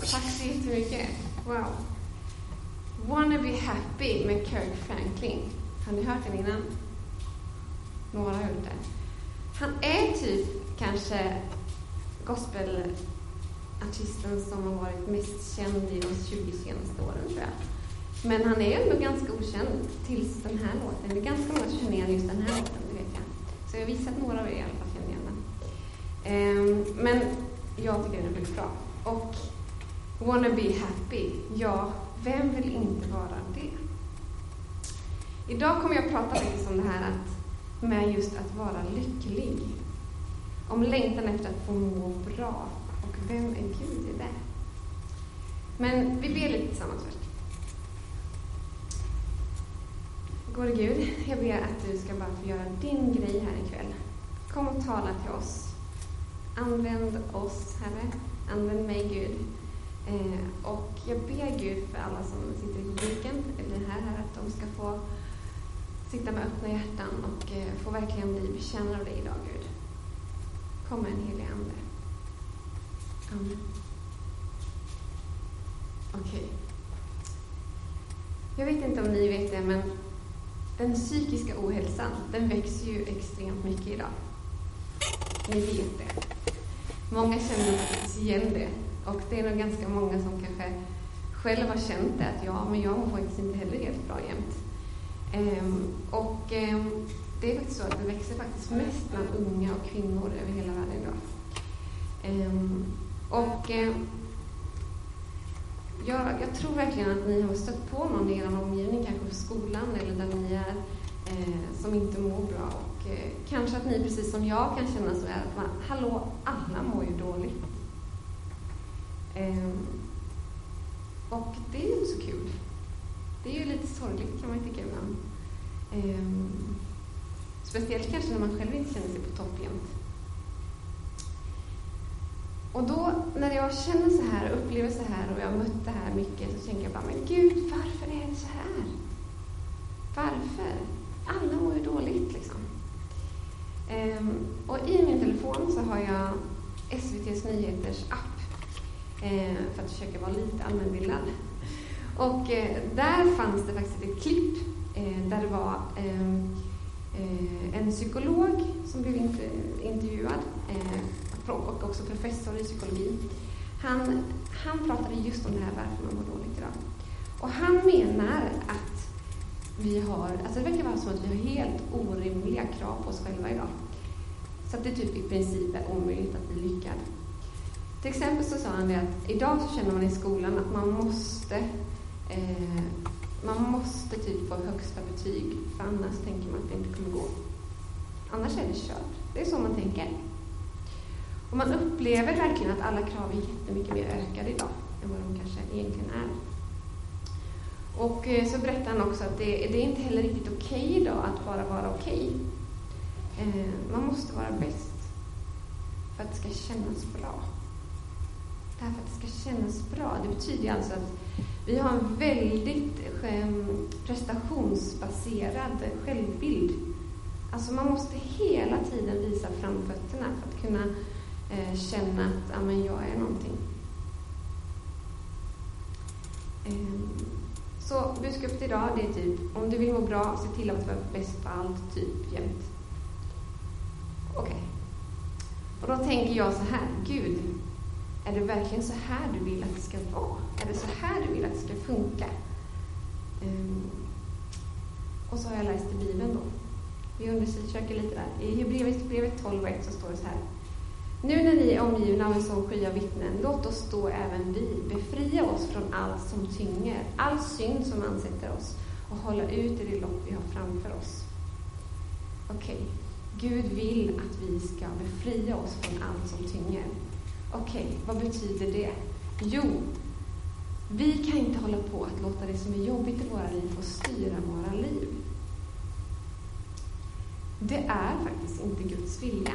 Tack så jättemycket. Wow. Wanna be happy med Kirk Franklin. Har ni hört den innan? Några har hört det. Han är typ kanske gospelartisten som har varit mest känd i de 20 senaste åren, tror jag. Men han är ändå ganska okänd tills den här låten. Det är ganska många som känner igen just den här låten, det vet jag. Så jag visar att några av er i alla fall känner igen den. Men jag tycker den är väldigt bra. Och wanna be happy. Ja, vem vill inte vara det? Idag kommer jag att prata faktiskt om det här med just att vara lycklig. Om längtan efter att få må bra. Och vem är Gud i det? Men vi ber lite tillsammans först. Gode Gud, jag ber att du ska bara få göra din grej här ikväll. Kom och tala till oss. Använd oss, Herre. Använd mig, Gud. Och jag ber Gud för alla som sitter i publiken eller här att de ska få sitta med öppna hjärtan och få verkligen bli betjänade av dig idag, Gud. Kom med en helig ande. Amen. Okej. Jag vet inte om ni vet det, men den psykiska ohälsan, den växer ju extremt mycket idag. Ni vet det. Många känner faktiskt igen det. Och det är nog ganska många som kanske själv har känt det. Att men jag mår faktiskt inte heller helt bra jämt. Det är faktiskt så att det växer faktiskt mest bland unga och kvinnor över hela världen idag. Jag tror verkligen att ni har stött på någon i er omgivning, kanske på skolan eller där ni är, som inte mår bra. Och kanske att ni precis som jag kan känna så här att hallå, alla mår ju dåligt. Och det är ju inte så kul. Det är ju lite sorgligt, kan man tycka ibland. Speciellt kanske när man själv inte känner sig på topp jämt. Och då, när jag känner så här och upplever så här och jag har mött det här mycket, så tänker jag bara, men Gud, varför är det så här? Varför? Alla mår ju dåligt, liksom. Och i min telefon så har jag SVT:s nyheters app. För att försöka vara lite allmänbildad. Och där fanns det faktiskt ett klipp där det var en psykolog som blev intervjuad och också professor i psykologi. Han pratade just om det här, varför man mår dåligt idag. Och han menar att vi har, alltså det verkar vara som att vi har helt orimliga krav på oss själva idag. Så att det typ i princip är omöjligt att bli lyckad. Till exempel så sa han det att idag så känner man i skolan att man måste typ få högsta betyg, för annars tänker man att det inte kommer gå. Annars är det kört. Det är så man tänker. Och man upplever verkligen att alla krav är jättemycket mer ökade idag än vad de kanske egentligen är. Och så berättar han också att det är inte heller riktigt okej idag att bara vara okej. Man måste vara bäst för att det ska kännas bra. Därför att det ska kännas bra. Det betyder alltså att vi har en väldigt prestationsbaserad självbild. Alltså man måste hela tiden visa framfötterna för att kunna känna att jag är någonting. Så budskapet idag, det är typ, om du vill må bra, se till att vara bäst på allt, typ jämt. Okej. Och då tänker jag så här, Gud, är det verkligen så här du vill att det ska vara? Är det så här du vill att det ska funka? Och så har jag läst i Bibeln då. Vi undersöker lite där. I Hebreerbrevet 12:1 så står det så här. Nu när ni är omgivna av en sån sky av vittnen, låt oss då även vi befria oss från allt som tynger, all synd som ansätter oss och hålla ut i det lopp vi har framför oss. Okej. Gud vill att vi ska befria oss från allt som tynger. Okej, vad betyder det? Jo, vi kan inte hålla på att låta det som är jobbigt i våra liv få styra våra liv. Det är faktiskt inte Guds vilja.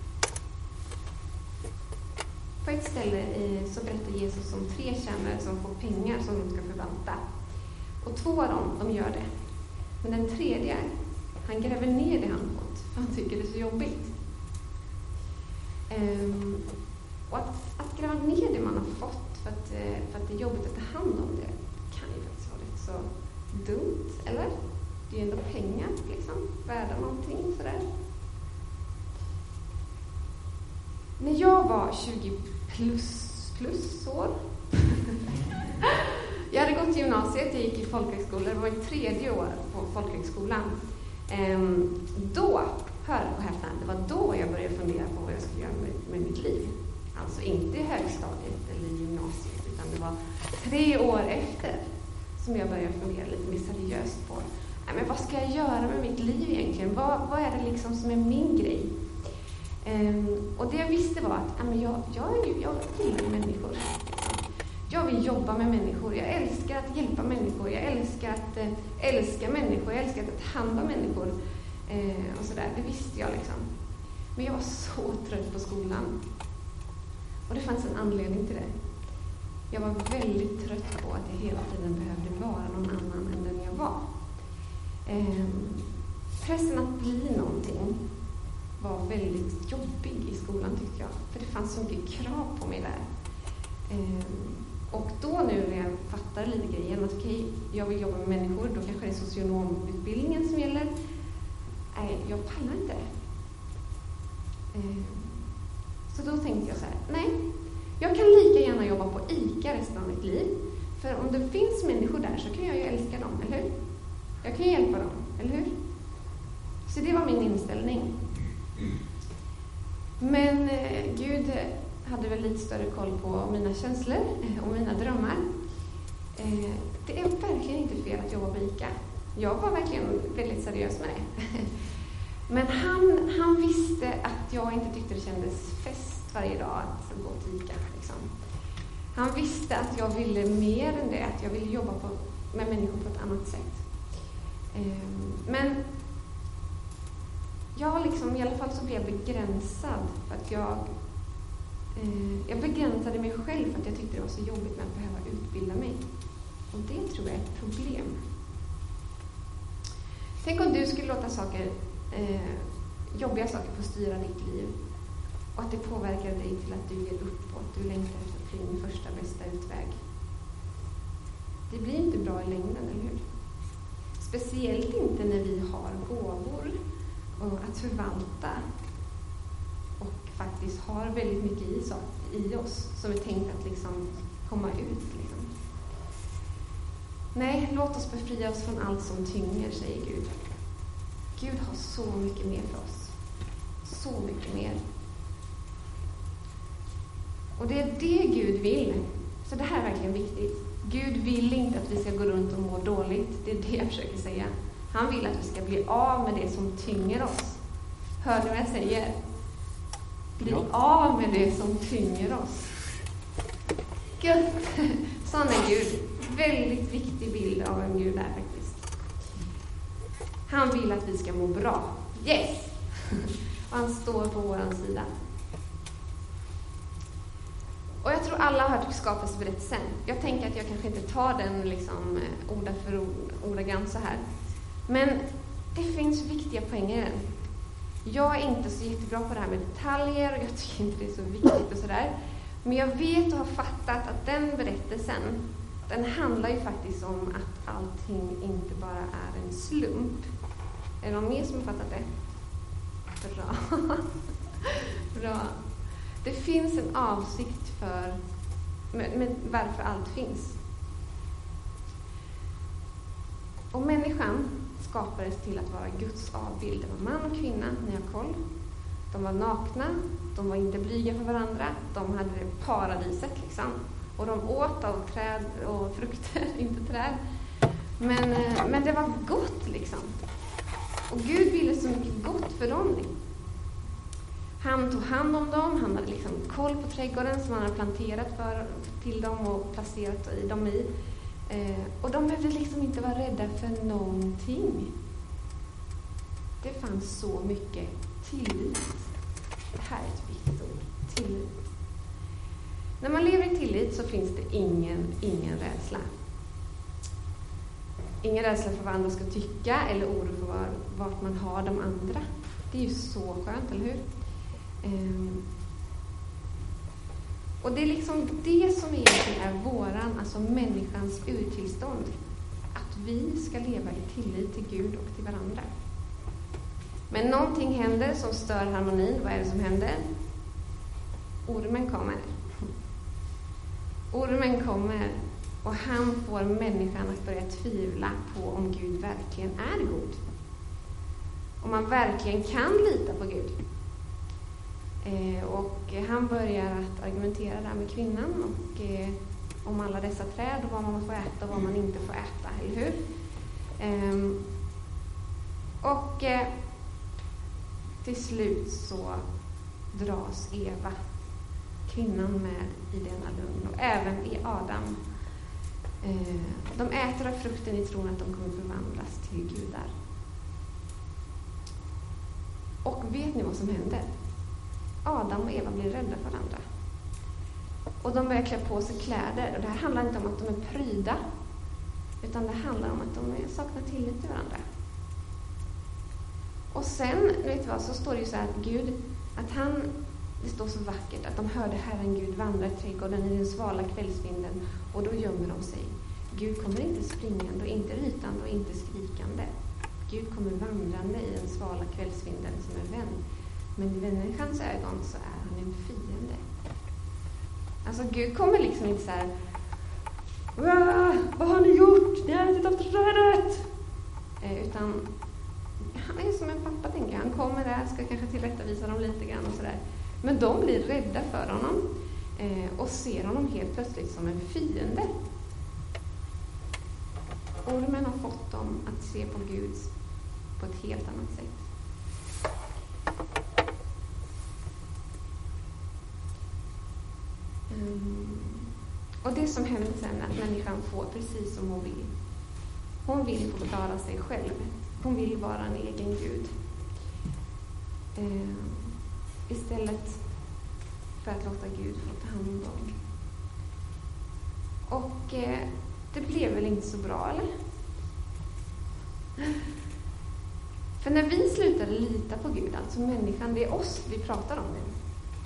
På ett ställe så berättar Jesus om 3 tjänare som får pengar som de ska förvalta. Och 2 av dem, de gör det. Men den 3:e, han gräver ner det han fått. För han tycker det är så jobbigt. Och att gräva ner det man har fått för att det är jobbigt att ta hand om det kan ju faktiskt vara rätt så dumt, eller? Det är ju ändå pengar, liksom, värda någonting sådär. När jag var 20 plus år jag hade gått i gymnasiet, jag gick i folkhögskola, det var mitt 3:e år på folkhögskolan. Då, hör och häpna, det var då jag började fundera på vad jag skulle göra med mitt liv. Alltså inte i högstadiet eller i gymnasiet, utan det var 3 år efter som jag började fundera lite mer seriöst på men vad ska jag göra med mitt liv egentligen? Vad är det liksom som är min grej? Och det jag visste var att jag gillar människor. Jag vill jobba med människor. Jag älskar att hjälpa människor. Jag älskar att älska människor. Jag älskar att ta hand om människor. Och sådär. Det visste jag liksom. Men jag var så trött på skolan. Och det fanns en anledning till det. Jag var väldigt trött på att jag hela tiden behövde vara någon annan än den jag var. Pressen att bli någonting var väldigt jobbig i skolan, tyckte jag. För det fanns så mycket krav på mig där. Och då nu när jag fattar lite grejen att okej, jag vill jobba med människor, då kanske det är socionomutbildningen som gäller. Nej, jag pallar inte. Så då tänkte jag så här, nej, jag kan lika gärna jobba på ICA resten av mitt liv. För om det finns människor där så kan jag ju älska dem, eller hur? Jag kan hjälpa dem, eller hur? Så det var min inställning. Men Gud hade väl lite större koll på mina känslor och mina drömmar. Det är verkligen inte fel att jobba på ICA. Jag var verkligen väldigt seriös med det. Men han visste att jag inte tyckte det kändes fest varje dag att gå till ICA. Liksom. Han visste att jag ville mer än det, att jag ville jobba med människor på ett annat sätt. Men jag liksom, i alla fall så blev jag begränsad för att jag begränsade mig själv för att jag tyckte det var så jobbigt med att behöva utbilda mig. Och det tror jag är ett problem. Tänk om du skulle låta jobbiga saker få styra ditt liv och att det påverkar dig till att du ger upp och att du längtar efter att bli din första bästa utväg. Det blir inte bra i längden, eller hur? Speciellt inte när vi har gåvor att förvalta och faktiskt har väldigt mycket i oss som är tänkt att liksom komma ut. Liksom. Nej, låt oss befria oss från allt som tynger, säger Gud. Gud har så mycket mer för oss. Så mycket mer. Och det är det Gud vill. Så det här är verkligen viktigt. Gud vill inte att vi ska gå runt och må dåligt. Det är det jag försöker säga. Han vill att vi ska bli av med det som tynger oss. Hör du vad jag säger? Bli av med det som tynger oss. Gud, sån är Gud. Väldigt viktig bild av en Gud där faktiskt. Han vill att vi ska må bra. Yes! Och han står på vår sida. Och jag tror alla har hört skapelseberättelsen. Jag tänker att jag kanske inte tar den liksom ordagrant så här. Men det finns viktiga poänger i den. Jag är inte så jättebra på det här med detaljer och jag tycker inte det är så viktigt och sådär. Men jag vet och har fattat att den berättelsen, den handlar ju faktiskt om att allting inte bara är en slump. Är det någon mer som har fattat det? Bra. Bra. Det finns en avsikt med varför allt finns. Och människan skapades till att vara Guds avbild. Det var man och kvinna, ni har koll. De var nakna, de var inte blyga för varandra. De hade paradiset liksom. Och de åt av träd och frukter, inte träd. Men det var gott liksom. Och Gud ville så mycket gott för dem. Han tog hand om dem, han hade liksom koll på trädgården som han hade planterat till dem och placerat dem i. Och de behövde liksom inte vara rädda för någonting. Det fanns så mycket tillit. Det här är ett viktigt ord. Tillit. När man lever i tillit så finns det ingen rädsla. Ingen rädsla för vad andra ska tycka eller oro för vart man har de andra. Det är ju så skönt, eller hur? Och det är liksom det som egentligen är alltså människans urtillstånd. Att vi ska leva i tillit till Gud och till varandra. Men någonting händer som stör harmonin. Vad är det som händer? Ormen kommer. Ormen kommer och han får människan att börja tvivla på om Gud verkligen är god. Om man verkligen kan lita på Gud. Och han börjar att argumentera där med kvinnan och om alla dessa träd och vad man får äta och vad man inte får äta, eller hur? Och till slut så dras Eva, kvinnan, med i denna lögn och även i Adam. De äter av frukten i tron att de kommer förvandlas till gudar. Och vet ni vad som händer? Adam och Eva blir rädda för varandra. Och de börjar klä på sig kläder. Och det här handlar inte om att de är pryda. Utan det handlar om att de saknar tillit till varandra. Och sen, vet du vad, så står det ju så här att Gud, det står så vackert att de hörde Herren Gud vandra i trädgården i den svala kvällsvinden. Och då gömmer de sig. Gud kommer inte springande och inte rytande och inte skrikande. Gud kommer vandrande i den svala kvällsvinden som en vän. Men i människans ögon så är han en fiende. Alltså Gud kommer liksom inte så här: vad har ni gjort? Ni har ätit av trädet! Utan han är som en pappa, tänker jag. Han kommer där, ska kanske tillrättavisa dem lite grann och sådär. Men de blir rädda för honom och ser honom helt plötsligt som en fiende. Ormen har fått dem att se på Gud på ett helt annat sätt. Och det som händer sen är att människan får precis som hon vill. Hon vill få klara sig själv. Hon vill vara en egen gud. Istället för att låta Gud få ta hand om. Och det blev väl inte så bra, eller? För när vi slutade lita på Gud, alltså människan, det är oss vi pratar om nu,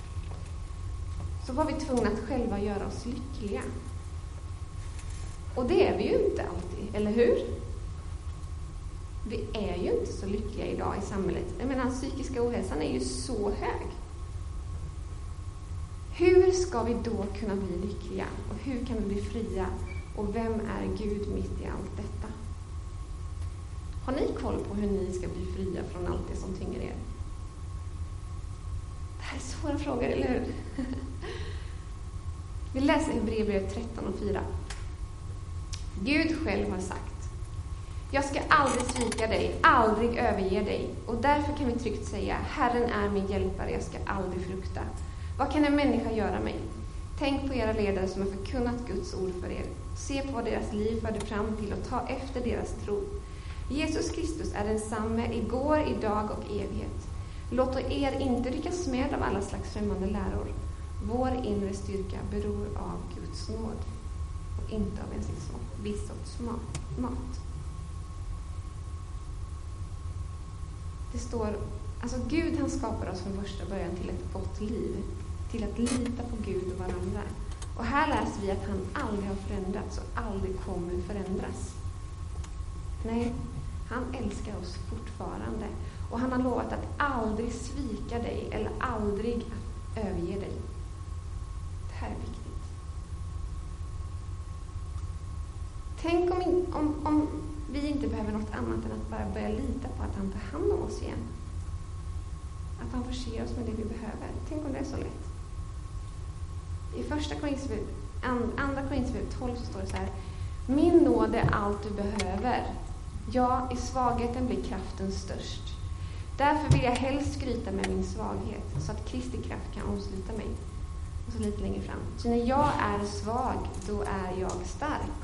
så var vi tvungna att själva göra oss lyckliga. Och det är vi ju inte alltid, eller hur? Vi är ju inte så lyckliga idag i samhället. Jag menar, psykiska ohälsan är ju så hög. Hur ska vi då kunna bli lyckliga? Och hur kan vi bli fria? Och vem är Gud mitt i allt detta? Har ni koll på hur ni ska bli fria från allt det som tynger er? Det här är svåra frågor, eller hur? Vi läser Hebreerbrevet 13:4. Gud själv har sagt: jag ska aldrig svika dig, aldrig överge dig. Och därför kan vi tryggt säga: Herren är min hjälpare, jag ska aldrig frukta. Vad kan en människa göra mig? Tänk på era ledare som har förkunnat Guds ord för er. Se på vad deras liv förde fram till och ta efter deras tro. Jesus Kristus är densamme igår, idag och evighet. Låt er inte ryckas med av alla slags främmande läror. Vår inre styrka beror av Guds nåd och inte av en viss sorts mat. Det står, alltså Gud, han skapar oss från första början till ett gott liv, till att lita på Gud och varandra. Och här läser vi att han aldrig har förändrats och aldrig kommer förändras. Nej, han älskar oss fortfarande. Och han har lovat att aldrig svika dig eller aldrig att överge dig. Det här är viktigt. Tänk om vi inte behöver något annat än att bara börja lita på att han tar hand om oss igen. Att han förser oss med det vi behöver. Tänk om det är så lätt. I andra Korinthierbrevet 12 så står det så här: min nåd är allt du behöver. Ja, i svagheten blir kraften störst. Därför vill jag helst skryta med min svaghet, så att Kristi kraft kan omsluta mig. Och så lite längre fram: så när jag är svag, då är jag stark.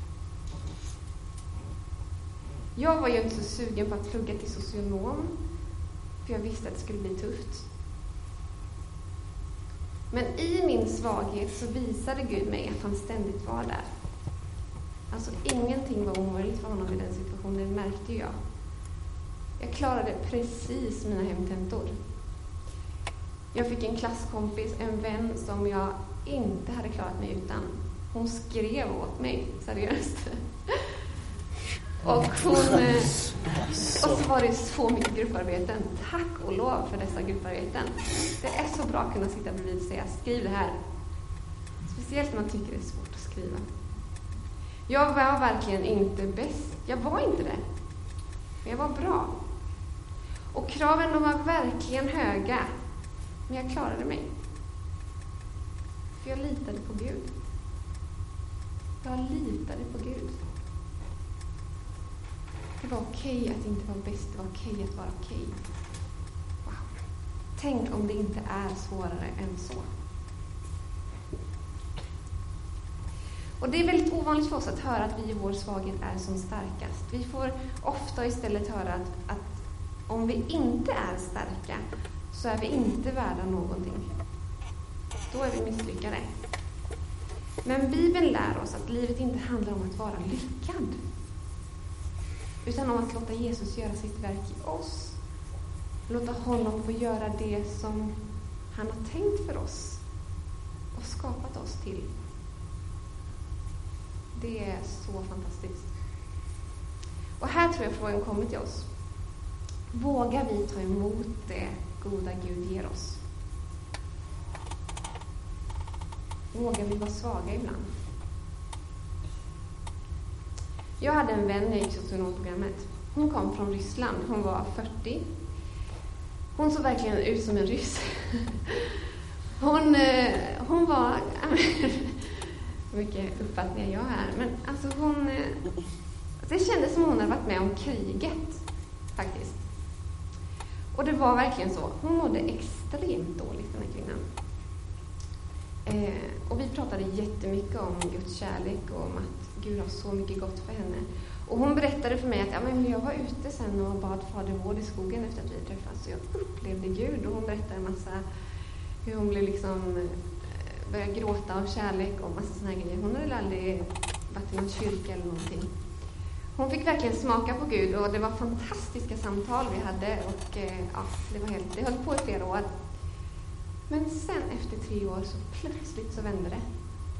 Jag var ju inte så sugen på att plugga till socionom, för jag visste att det skulle bli tufft. Men i min svaghet så visade Gud mig att han ständigt var där. Alltså ingenting var omöjligt för honom i den situationen, märkte jag. Jag klarade precis mina hemtentor. Jag fick en klasskompis, en vän som jag inte hade klarat mig utan. Hon skrev åt mig, seriöst. Och så var det så mycket grupparbeten. Tack och lov för dessa grupparbeten. Det är så bra att kunna sitta bredvid och säga, skriv det här. Speciellt när man tycker det är svårt att skriva. Jag var verkligen inte bäst. Jag var inte det. Men jag var bra. Och kraven var verkligen höga. Men jag klarade mig. För jag litade på Gud. Jag litade på Gud. Det var okej att inte vara bäst. Det var okej att vara okej. Wow. Tänk om det inte är svårare än så. Och det är väldigt ovanligt för oss att höra att vi i vår svaghet är som starkast. Vi får ofta istället höra att om vi inte är starka så är vi inte värda någonting. Då är vi misslyckade. Men Bibeln lär oss att livet inte handlar om att vara lyckad. Utan om att låta Jesus göra sitt verk i oss. Låta honom få göra det som han har tänkt för oss. Och skapat oss till. Det är så fantastiskt. Och här tror jag frågan kommer till oss. Vågar vi ta emot det goda Gud ger oss? Vågar vi vara svaga ibland? Jag hade en vän när jag gick socionomprogrammet. Hon kom från Ryssland. Hon var 40. Hon såg verkligen ut som en ryss. Hon var... mycket uppfattningar jag här. Men alltså det kändes som hon hade varit med om kriget. Faktiskt. Och det var verkligen så. Hon mådde extremt dåligt, den här kvinnan. Och vi pratade jättemycket om Guds kärlek och om att Gud har så mycket gott för henne. Och hon berättade för mig att jag var ute sen och bad Fader vår i skogen efter att vi träffats. Så jag upplevde Gud. Och hon berättade en massa hur hon blev började gråta av kärlek och massa såna här grejer. Hon hade aldrig varit i någon kyrka eller någonting. Hon fick verkligen smaka på Gud och det var fantastiska samtal vi hade och det höll på i flera år. Men sen efter 3 år så plötsligt så vände det.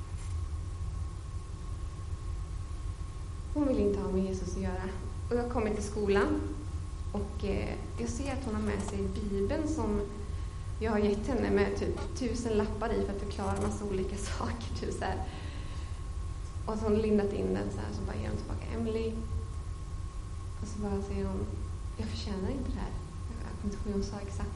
Hon vill inte ha med Jesus att göra. Och jag kommer till skolan och jag ser att hon har med sig Bibeln som jag har gett henne med typ 1000 lappar i för att förklara massa olika saker. Typ så här. Och så har hon lindat in den så här, så bara ger hon tillbaka Emily. Och så bara säger hon, jag förtjänar inte det här. Jag kommer inte ihåg hur hon sa exakt.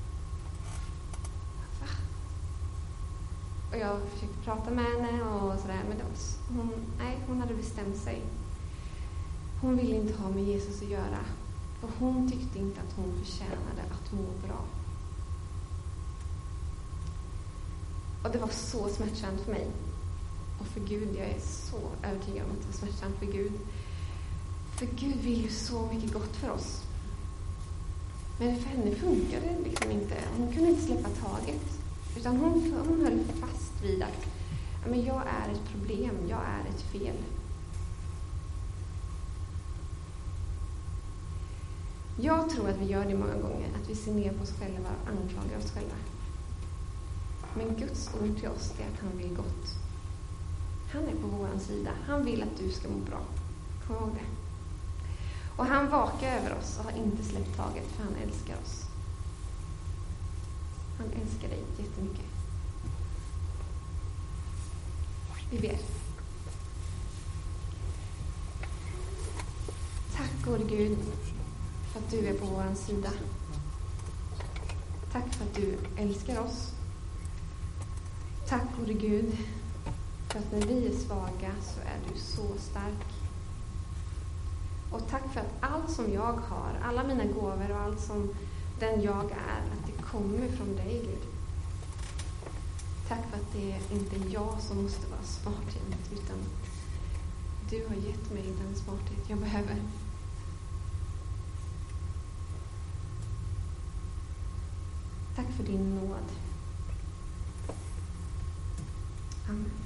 Va? Och jag försökte prata med henne och sådär. Men hon hade bestämt sig. Hon ville inte ha med Jesus att göra. För hon tyckte inte att hon förtjänade att må bra. Och det var så smärtsamt för mig. Och för Gud, jag är så övertygad om att det var smärtsamt för Gud. För Gud vill ju så mycket gott för oss. Men för henne funkade det liksom inte. Hon kunde inte släppa taget. Utan hon höll fast vid att jag är ett problem, jag är ett fel. Jag tror att vi gör det många gånger. Att vi ser ner på oss själva och anklagar oss själva. Men Guds ord till oss är att han vill gott. Han är på vår sida. Han vill att du ska må bra. Kom ihåg det. Och han vakar över oss och har inte släppt taget för han älskar oss. Han älskar dig jättemycket. Vi ber. Tack gode Gud för att du är på vår sida. Tack för att du älskar oss. Tack gode Gud för att när vi är svaga så är du så stark. Och tack för att allt som jag har, alla mina gåvor och allt som den jag är, att det kommer från dig Gud. Tack för att det är inte jag som måste vara smart jämt, utan du har gett mig den smarthet jag behöver. Tack för din nåd. Amen.